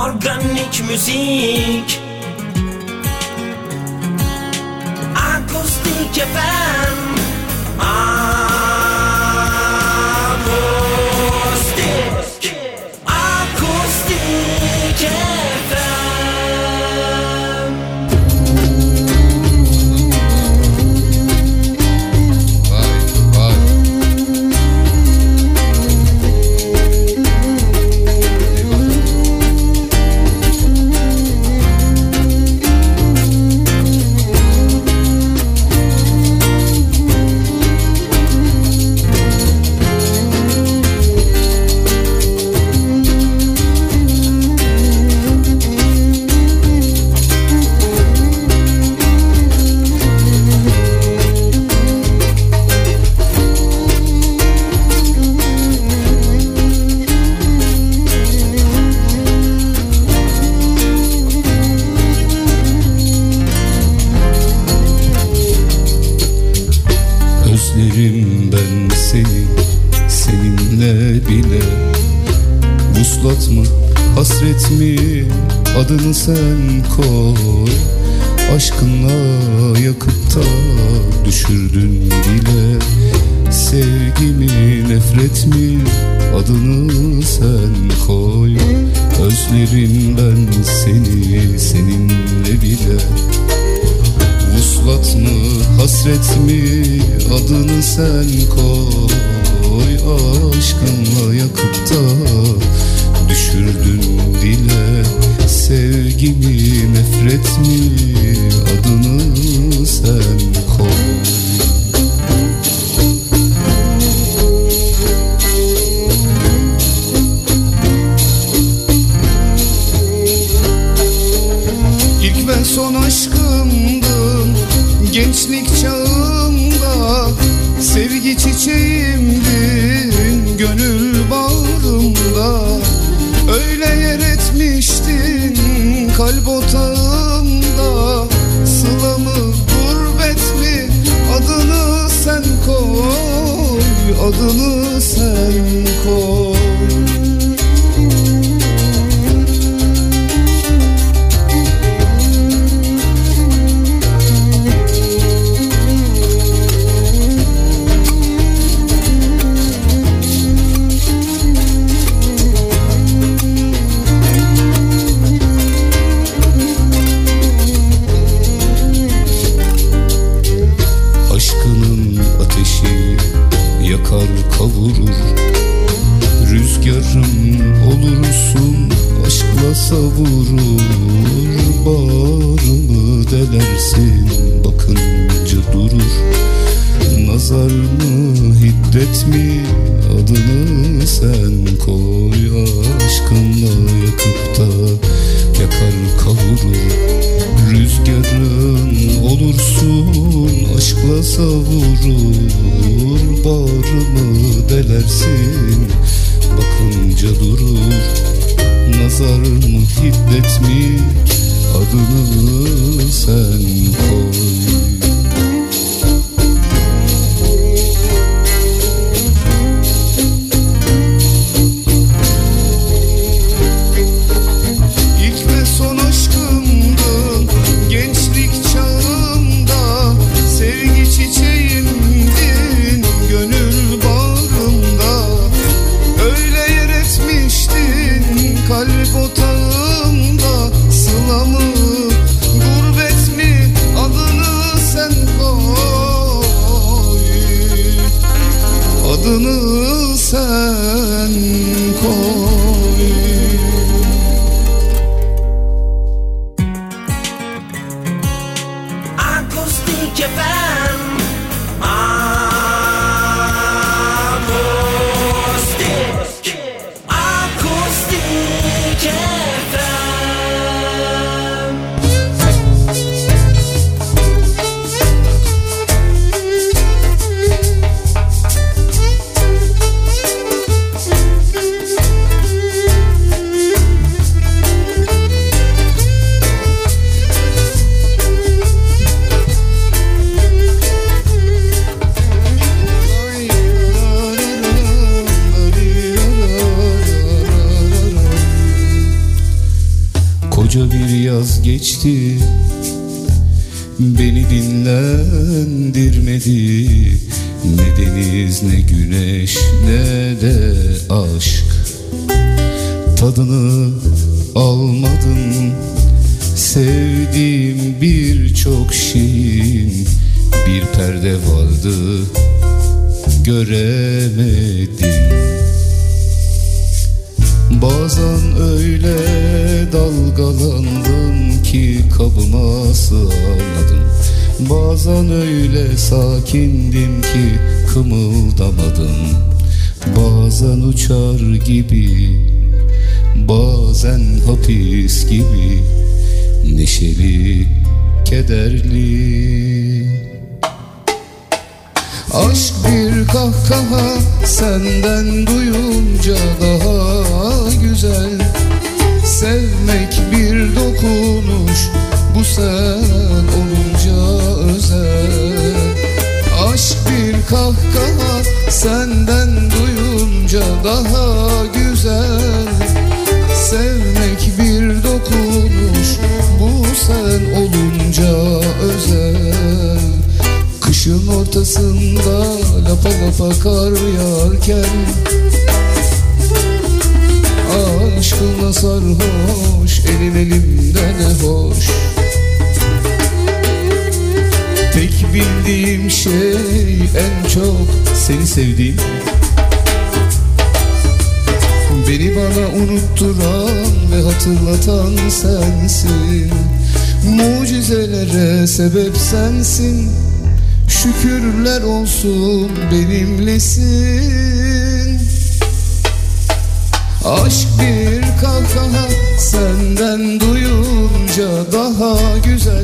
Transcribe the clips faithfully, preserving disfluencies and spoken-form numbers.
Organik müzik, akustik F M, akustik, akustik F M. Özlerim ben seni, seninle bile. Vuslat mı, hasret mi, adını sen koy. Aşkınla yakıp da düşürdün dile. Sevgi mi, nefret mi, adını sen koy. Özlerim ben seni, seninle bile. Vuslat mı, hasret mi, adını sen koy. Aşkınla yakıp da düşürdün dile. Sevgi mi, nefret mi, adını sen koy. İlk ve son aşkımdın gençlik çağımda. Sevgi çiçeğimdin gönül bağrımda. Öyle yer etmiştin kalp otağımda. Sıla mı, gurbet mi, adını sen koy. Adını sen koy. Yakar kavurur, rüzgarım olursun, aşkla savurur. Bağrımı delersin, bakınca durur. Nazar mı, hiddet mi, adını sen koy. Aşkınla yakıp da yakar kavurur. Rüzgarın olursun, aşkla savurur. Bağrımı delersin, bakınca durur. Nazar mı, hiddet mi, adını sen koy. Kalp otağımda. Sıla mı, gurbet mi, adını sen koy. Adını sen koy. Akustik F M, Koca bir yaz geçti, beni dinlendirmedi. Ne deniz ne güneş ne de aşk. Tadını almadım sevdiğim birçok şeyin. Bir perde vardı göremedim. Bazen öyle dalgalandım ki kabıma sığamadım. Bazen öyle sakindim ki kımıldamadım. Bazen uçar gibi, bazen hapis gibi, neşeli, kederli. Aşk bir kahkaha senden duyunca daha güzel. Sevmek bir dokunuş, bu sen olunca özel. Aşk bir kahkaha senden duyunca daha güzel. Sevmek bir dokunuş, bu sen olunca özel. Kışın ortasında lapa lapa kar yağarken, aşkınla sarhoş, elin elimde ne hoş. Tek bildiğim şey en çok seni sevdiğim. Beni bana unutturan ve hatırlatan sensin. Mucizelere sebep sensin. Şükürler olsun benimlesin. Aşk bir kahkaha senden duyunca daha güzel.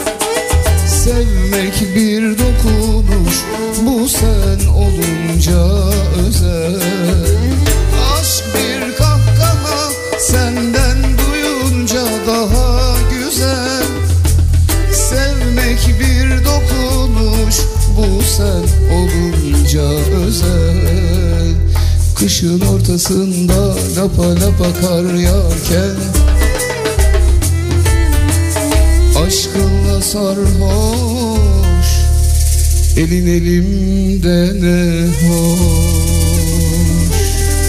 Sevmek bir dokunuş, bu sen olunca özel. Aşk bir kahkaha senden duyunca daha güzel. Sevmek bir dokunuş, bu sen olunca özel. Kışın ortasında lapa lapa kar yağarken, aşkınla sarhoş, elin elimde ne hoş.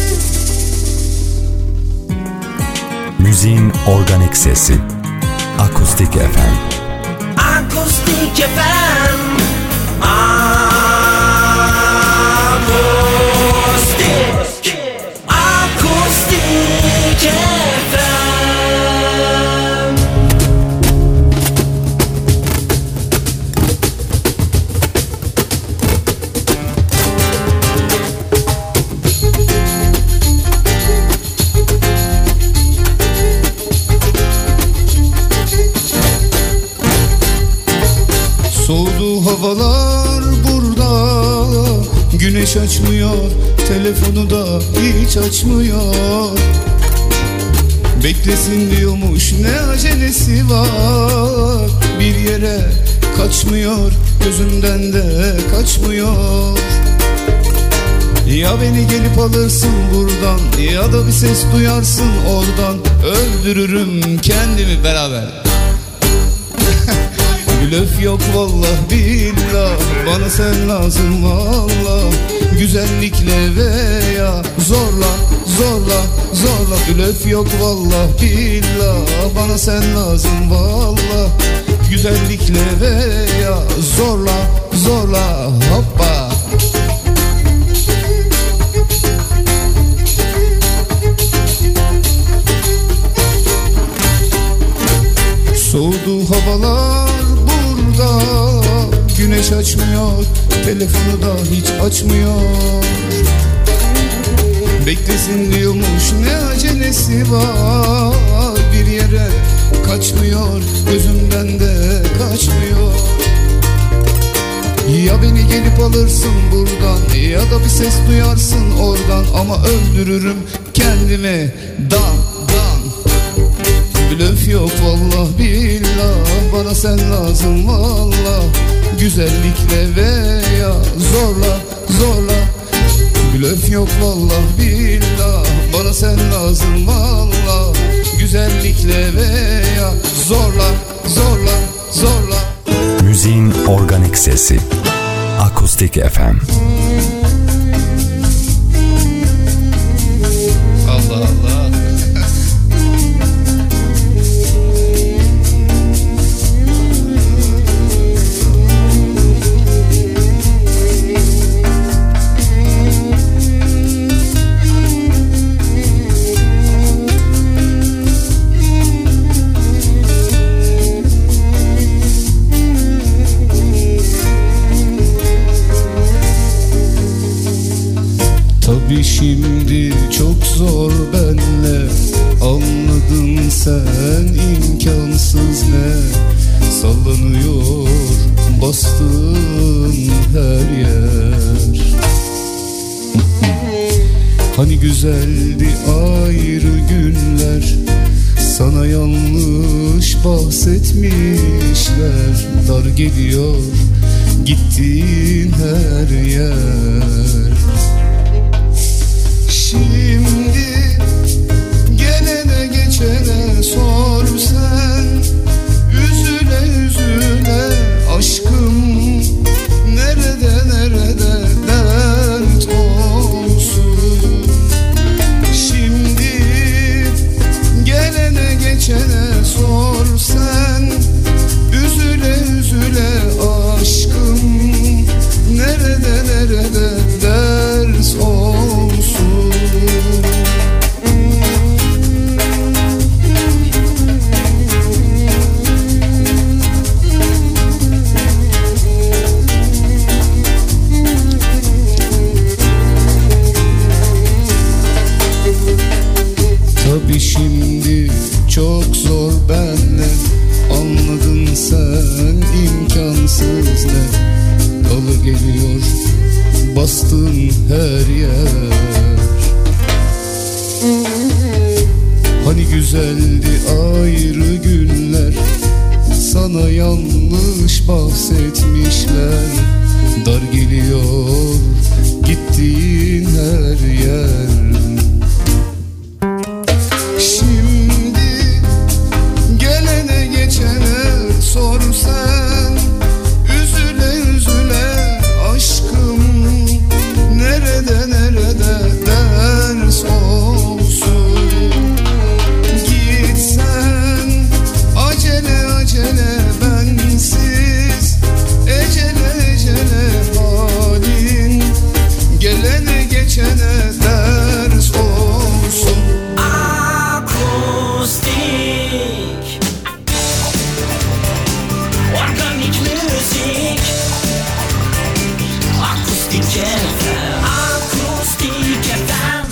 Müziğin organik sesi Akustik F M. Akustik F M. Akustik. Akustik F M. Soğudu havalar burada, güneş açmıyor, telefonu da hiç açmıyor. Beklesin diyormuş, ne acelesi var. Bir yere kaçmıyor, gözümden de kaçmıyor. Ya beni gelip alırsın buradan, ya da bir ses duyarsın oradan. Öldürürüm kendimi beraber. Blöf yok vallah billah, bana sen lazım vallah. Güzellikle veya zorla, zorla, zorla. Blöf yok vallah billah, bana sen lazım vallah. Güzellikle veya zorla, zorla, hoppa. Soğudu havalar burada, güneş açmıyor, telefonu da hiç açmıyor. Beklesin diyormuş, ne acelesi var. Bir yere kaçmıyor, gözümden de kaçmıyor. Ya beni gelip alırsın buradan, ya da bir ses duyarsın oradan. Ama öldürürüm kendimi, dan dan. Blöf yok vallah billah, bana sen lazım vallah. Güzellikle veya zorla, zorla. Blöf yok vallah billah, bana sen lazım vallah. Güzellikle veya Eksesi. Akustik F M. Allah Allah. Tabii şimdi çok zor benle, anladın sen imkansız ne, sallanıyor bastığın her yer. Hani güzeldi ayrı günler, sana yanlış bahsetmişler, dar geliyor gittiğin her yer. Şimdi gelene geçene sor sen, üzüle üzüle aşkım nerede nerede dert olsun. Şimdi gelene geçene sor sen, üzüle üzüle aşkım nerede nerede dert olsun. Tabii şimdi çok zor benle, anladın sen imkansız ne, dalı geliyor bastın her yer. Hani güzeldi ayrı günler, sana yanlış bahsetmişler, dar geliyor gittiğin her yer. Şimdi gelene geçene sor sen, üzüle üzüle aşkım nerede nerede ders olsun. Gitsen acele acele bensiz, ecele ecele halin gelene geçene ders olsun. Akustik organik müzik, akustik F M, akustik F M.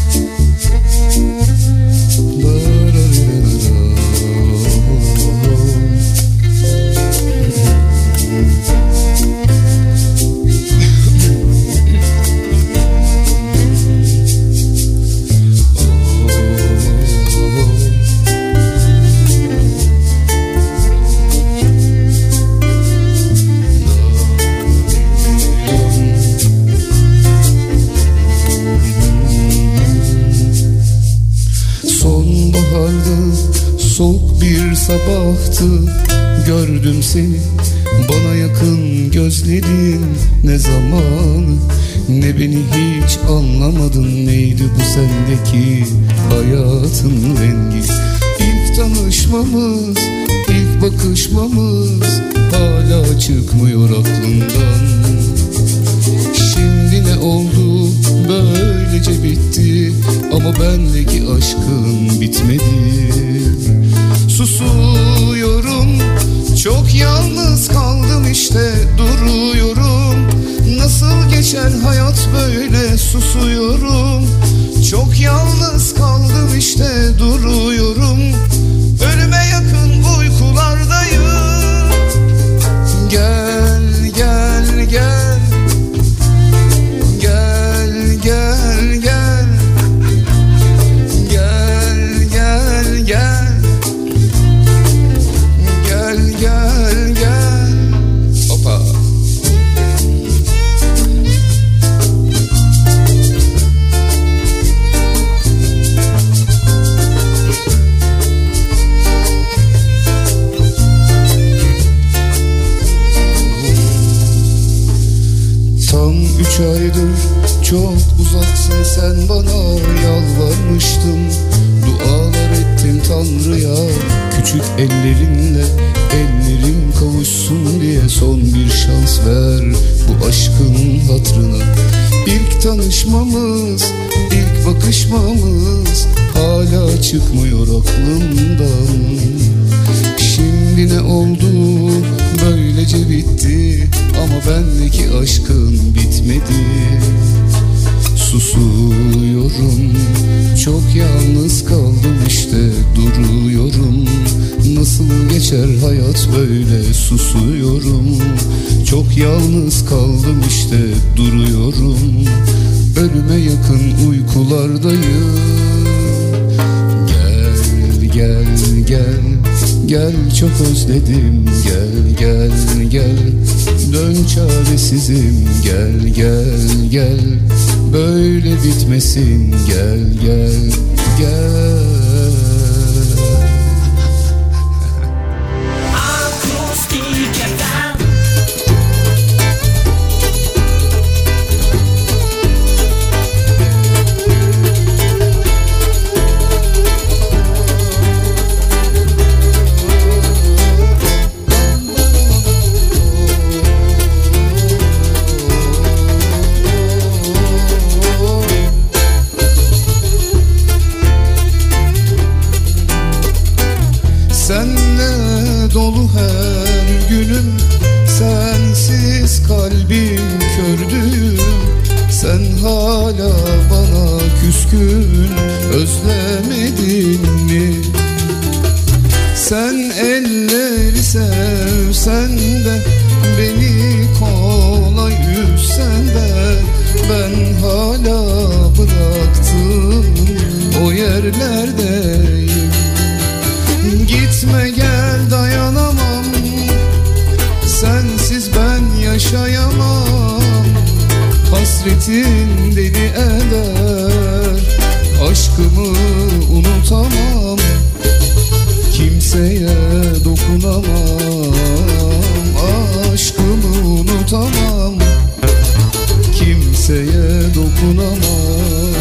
Soğuk bir sabahtı, gördüm seni, bana yakın gözledin ne zaman. Ne beni hiç anlamadın, neydi bu sendeki hayatın rengi. İlk tanışmamız, ilk bakışmamız hala çıkmıyor aklımdan. Şimdi ne oldu, böylece bitti ama bendeki aşkın bitmedi. Susuyorum, çok yalnız kaldım işte duruyorum. Nasıl geçer hayat böyle, susuyorum. Çok yalnız kaldım işte duruyorum. Ölüme yakın uykulardayım. Gel gel gel, gel gel gel, gel gel gel, gel gel gel. Hoppa. üç aydır çok uzaksın sen, bana yalvarmıştım, dualar ettim Tanrı'ya. Küçük ellerinle ellerim kavuşsun diye son bir şans ver bu aşkın hatırına. İlk tanışmamız, ilk bakışmamız hala çıkmıyor aklımdan. Şimdi ne oldu, böylece bitti ama bendeki aşkın bitmedi. Susuyorum, çok yalnız kaldım işte duruyorum. Nasıl geçer hayat böyle, susuyorum. Çok yalnız kaldım işte duruyorum. Ölüme yakın uykulardayım. Gel gel gel, gel çok özledim. Gel gel gel, dön çaresizim. Gel gel gel, böyle bitmesin. Gel gel gel. Senle dolu her günüm, sensiz kalbim kördü. Sen hala bana küskün, özlemedin mi? Sen elleri sevsen de, beni kolay üzsen de, ben hala bıraktım o yerlerdeyim. Gitme gel, dayanamam, sensiz ben yaşayamam. Hasretin deli eder, aşkımı unutamam. Kimseye dokunamam, aşkımı unutamam. Kimseye dokunamam.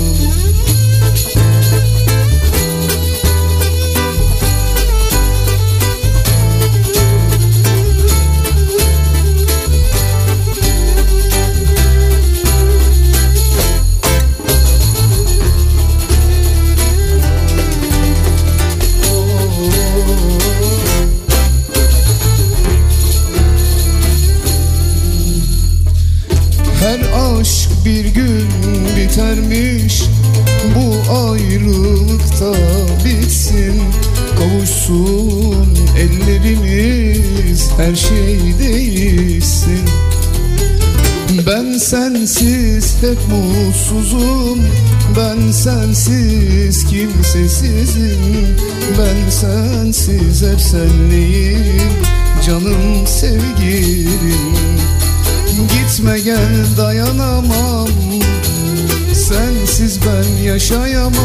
Her aşk bir gün bitermiş, bu ayrılıkta bitsin. Kavuşsun ellerimiz, her şey değişsin. Ben sensiz hep mutsuzum, ben sensiz kimsesizim. Ben sensiz hep senleyim, canım sevgilim. Gitme gel, dayanamam, sensiz ben yaşayamam.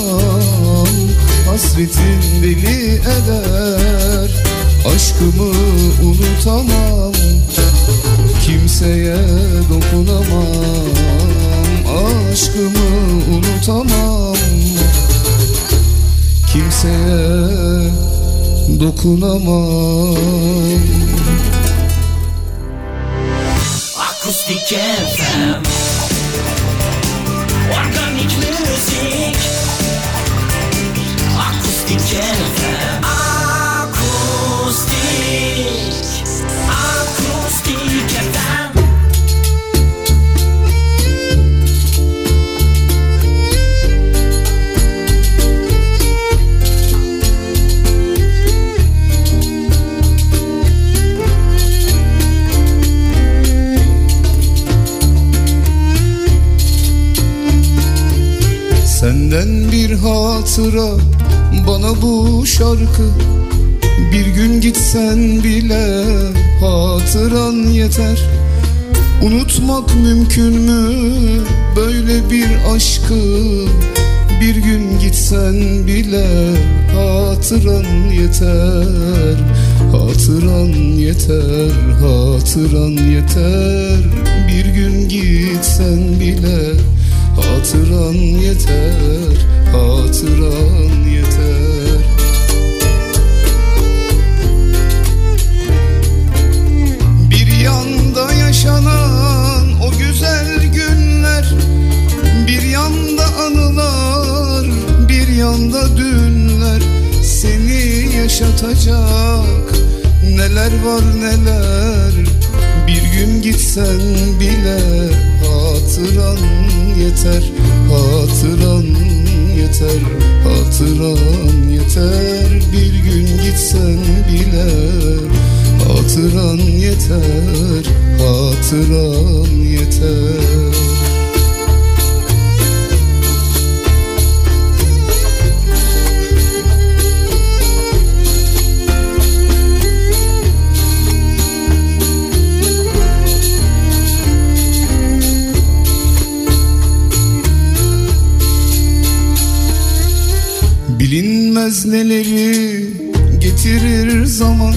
Hasretin deli eder, aşkımı unutamam. Kimseye dokunamam, aşkımı unutamam. Kimseye dokunamam. Akustik F M, organik müzik. Akustik F M, akustik, akustik F M. Senden bir hatıra bana bu şarkı. Bir gün gitsen bile hatıran yeter. Unutmak mümkün mü böyle bir aşkı? Bir gün gitsen bile hatıran yeter, hatıran yeter, hatıran yeter. Bir gün gitsen bile hatıran yeter, hatıran yeter. Bir yanda yaşanan o güzel günler, bir yanda anılar, bir yanda dünler. Seni yaşatacak neler var neler. Bir gün gitsen bile hatıran yeter, hatıran yeter, hatıran yeter. Bir gün gitsen bile hatıran yeter, hatıran yeter. Bilinmez neleri getirir zaman,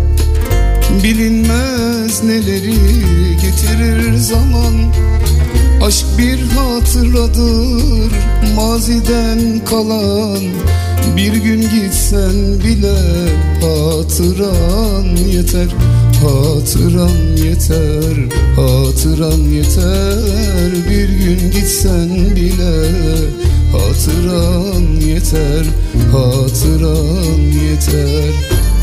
bilinmez neleri getirir zaman. Aşk bir hatıradır maziden kalan. Bir gün gitsen bile hatıran yeter, hatıran yeter, hatıran yeter. Bir gün gitsen bile hatıran yeter, hatıran yeter.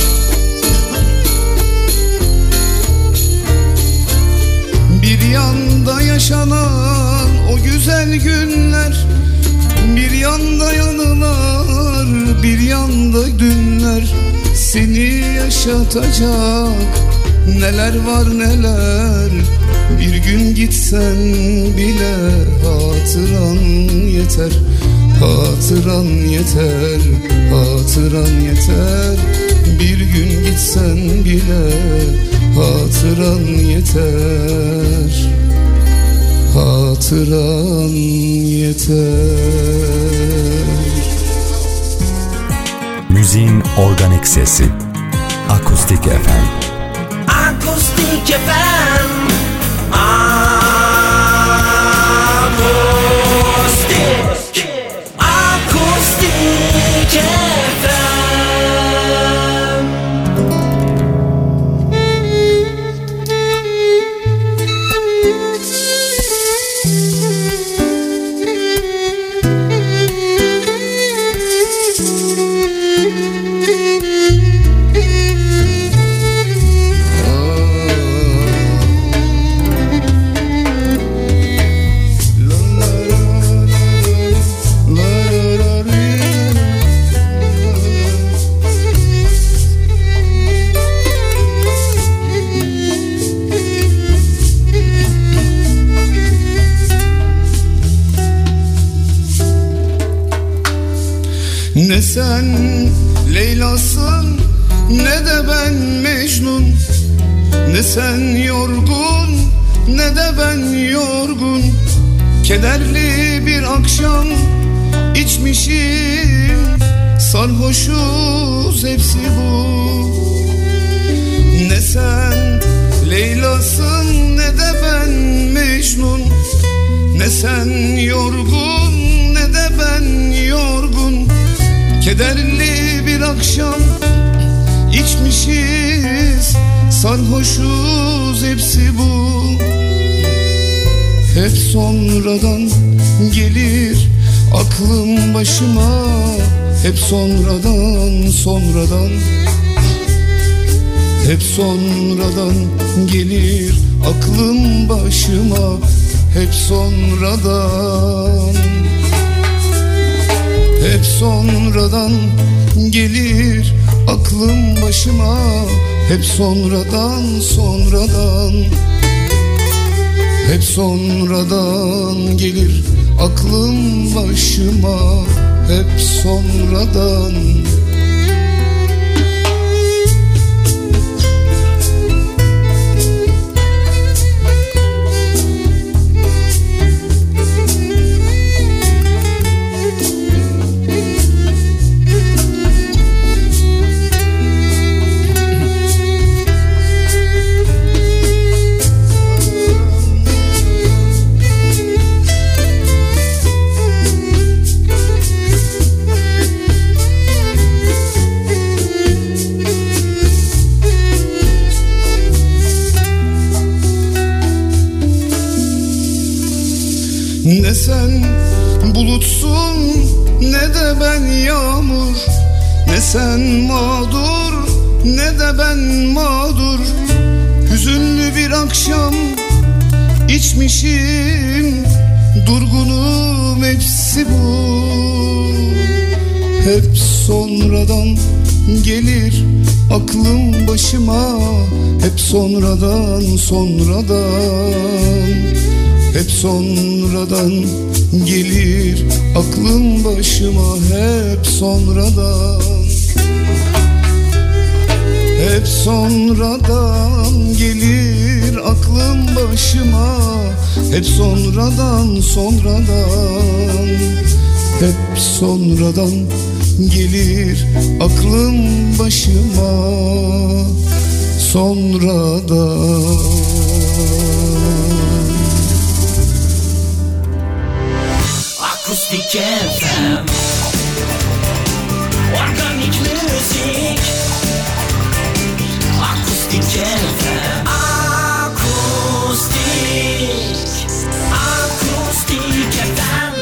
Bir yanda yaşanan o güzel günler, bir yanda yanılar, bir yanda dünler. Seni yaşatacak neler var neler. Bir gün gitsen bile hatıran yeter, hatıran yeter, hatıran yeter. Bir gün gitsen bile hatıran yeter, hatıran yeter. Müziğin organik sesi Akustik F M. Akustik F M. Akustik. Akustik F M. Ne sen Leyla'sın ne de ben Mecnun. Ne sen yorgun ne de ben yorgun. Kederli bir akşam içmişim, sarhoşuz hepsi bu. Ne sen Leyla'sın ne de ben Mecnun. Ne sen yorgun ne de ben yorgun. Kederli bir akşam içmişiz, sarhoşuz hepsi bu. Hep sonradan gelir aklım başıma, hep sonradan sonradan. Hep sonradan gelir aklım başıma, hep sonradan. Hep sonradan gelir aklım başıma, hep sonradan sonradan. Hep sonradan gelir aklım başıma, hep sonradan. Ne sen bulutsun ne de ben yağmur. Ne sen mağdur ne de ben mağdur. Hüzünlü bir akşam içmişim, durgunum hepsi bu. Hep sonradan gelir aklım başıma. Hep sonradan sonradan. Hep sonradan gelir aklım başıma. Hep sonradan. Hep sonradan gelir aklım başıma. Hep sonradan sonradan. Hep sonradan gelir aklım başıma. Sonradan. Akustik F M, organik müzik. Akustik F M, akustik, akustik F M.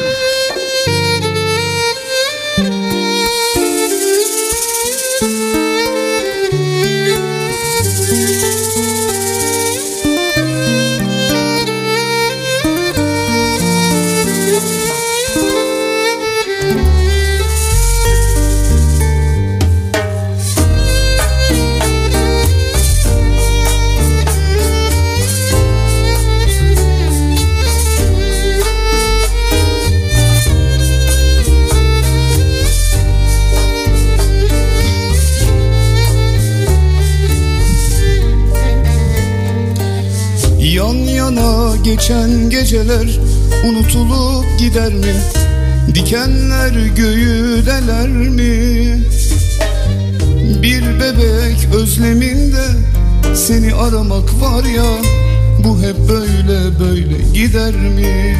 Yan yana geçen geceler unutulup gider mi? Dikenler göğü deler mi? Bir bebek özleminde seni aramak var ya, bu hep böyle böyle gider mi?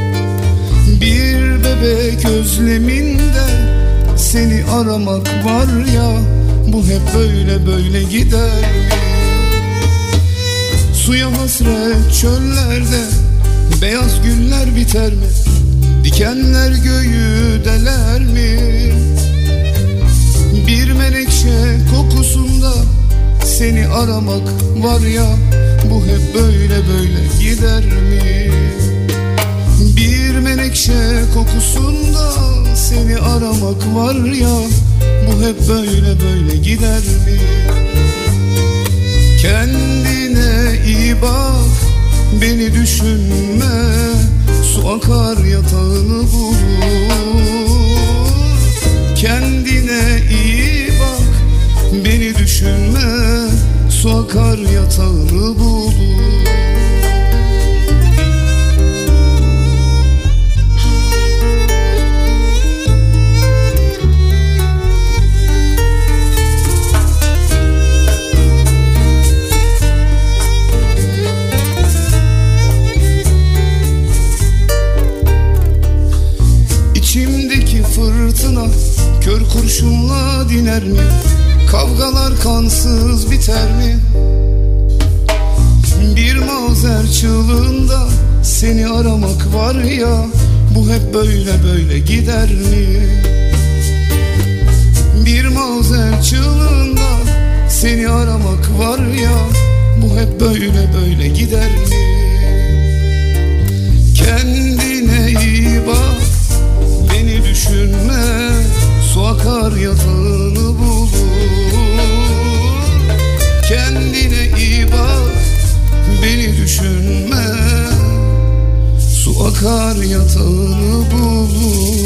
Bir bebek özleminde seni aramak var ya, bu hep böyle böyle gider mi? Suya hasret çöllerde beyaz güller biter mi? Dikenler göğü deler mi? Bir menekşe kokusunda seni aramak var ya, bu hep böyle böyle gider mi? Bir menekşe kokusunda seni aramak var ya, bu hep böyle böyle gider mi? Kendine iyi bak, beni düşünme. Su akar yatağını bulur. Kendine iyi bak, beni düşünme. Su akar yatağını bulur. İçimdeki fırtına kör kurşunla diner mi? Kavgalar kansız biter mi? Bir mazer çığlığında seni aramak var ya, bu hep böyle böyle gider mi? Bir mazer çığlığında seni aramak var ya, bu hep böyle böyle gider mi? Kendine iyi bak, beni düşünme. Su akar yatağını bulur. Kendine iyi bak, beni düşünme. Su akar yatağını bulur.